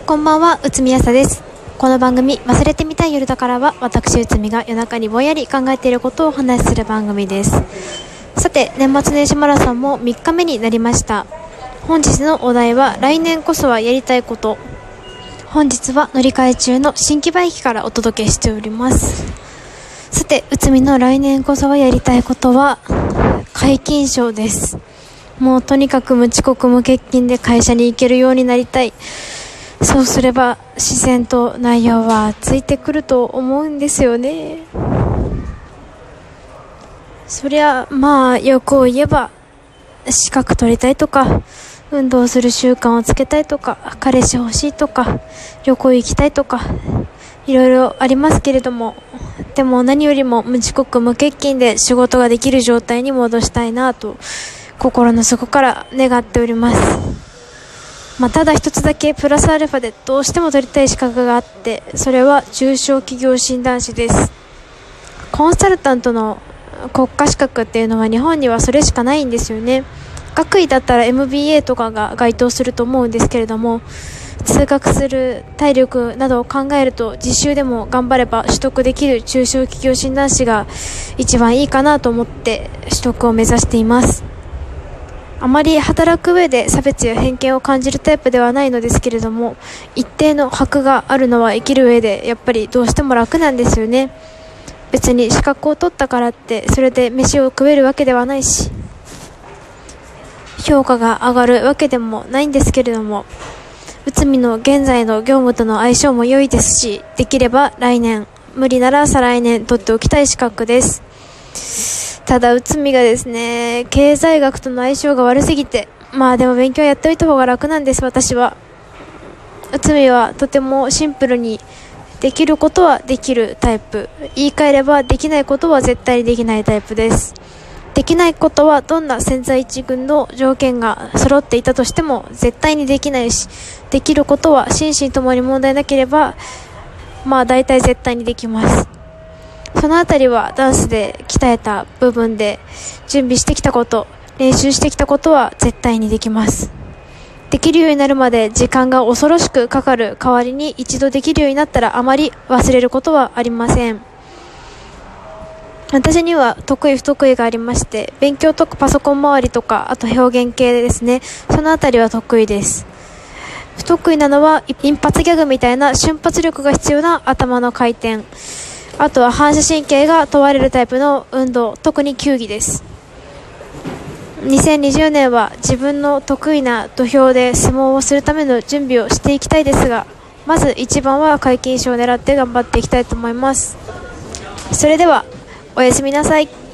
こんばんは、内海あさです。この番組、忘れてみたい夜だからは、私内海が夜中にぼんやり考えていることをお話しする番組です。さて、年末年始マラソンも3日目になりました。本日のお題は、来年こそはやりたいこと。本日は乗り換え中の新木場駅からお届けしております。さて、内海の来年こそはやりたいことは、皆勤賞です。もうとにかく無遅刻無欠勤で会社に行けるようになりたい。そうすれば自然と内容はついてくると思うんですよね。そりゃ欲を言えば資格取りたいとか、運動する習慣をつけたいとか、彼氏欲しいとか、旅行行きたいとか、いろいろありますけれども、でも何よりも無遅刻無欠勤で仕事ができる状態に戻したいなと心の底から願っております。ただ一つだけプラスアルファでどうしても取りたい資格があって、それは中小企業診断士です。コンサルタントの国家資格っていうのは日本にはそれしかないんですよね。学位だったら MBA とかが該当すると思うんですけれども、通学する体力などを考えると、実習でも頑張れば取得できる中小企業診断士が一番いいかなと思って取得を目指しています。あまり働く上で差別や偏見を感じるタイプではないのですけれども、一定の箔があるのは生きる上でやっぱりどうしても楽なんですよね。別に資格を取ったからってそれで飯を食えるわけではないし、評価が上がるわけでもないんですけれども、内海の現在の業務との相性も良いですし、できれば来年、無理なら再来年取っておきたい資格です。ただ内海がですね、経済学との相性が悪すぎて、でも勉強やっておいた方が楽なんです。私は内海はとてもシンプルに、できることはできるタイプ、言い換えればできないことは絶対にできないタイプです。できないことはどんな千載一遇の条件が揃っていたとしても絶対にできないし、できることは心身ともに問題なければ大体絶対にできます。そのあたりはダンスで鍛えた部分で準備してきたこと、練習してきたことは絶対にできます。できるようになるまで時間が恐ろしくかかる代わりに、一度できるようになったらあまり忘れることはありません。私には得意不得意がありまして、勉強とかパソコン周りとか、あと表現系ですね、そのあたりは得意です。不得意なのは一発ギャグみたいな瞬発力が必要な頭の回転、あとは反射神経が問われるタイプの運動、特に球技です。2020年は自分の得意な土俵で相撲をするための準備をしていきたいですが、まず一番は皆勤賞を狙って頑張っていきたいと思います。それではおやすみなさい。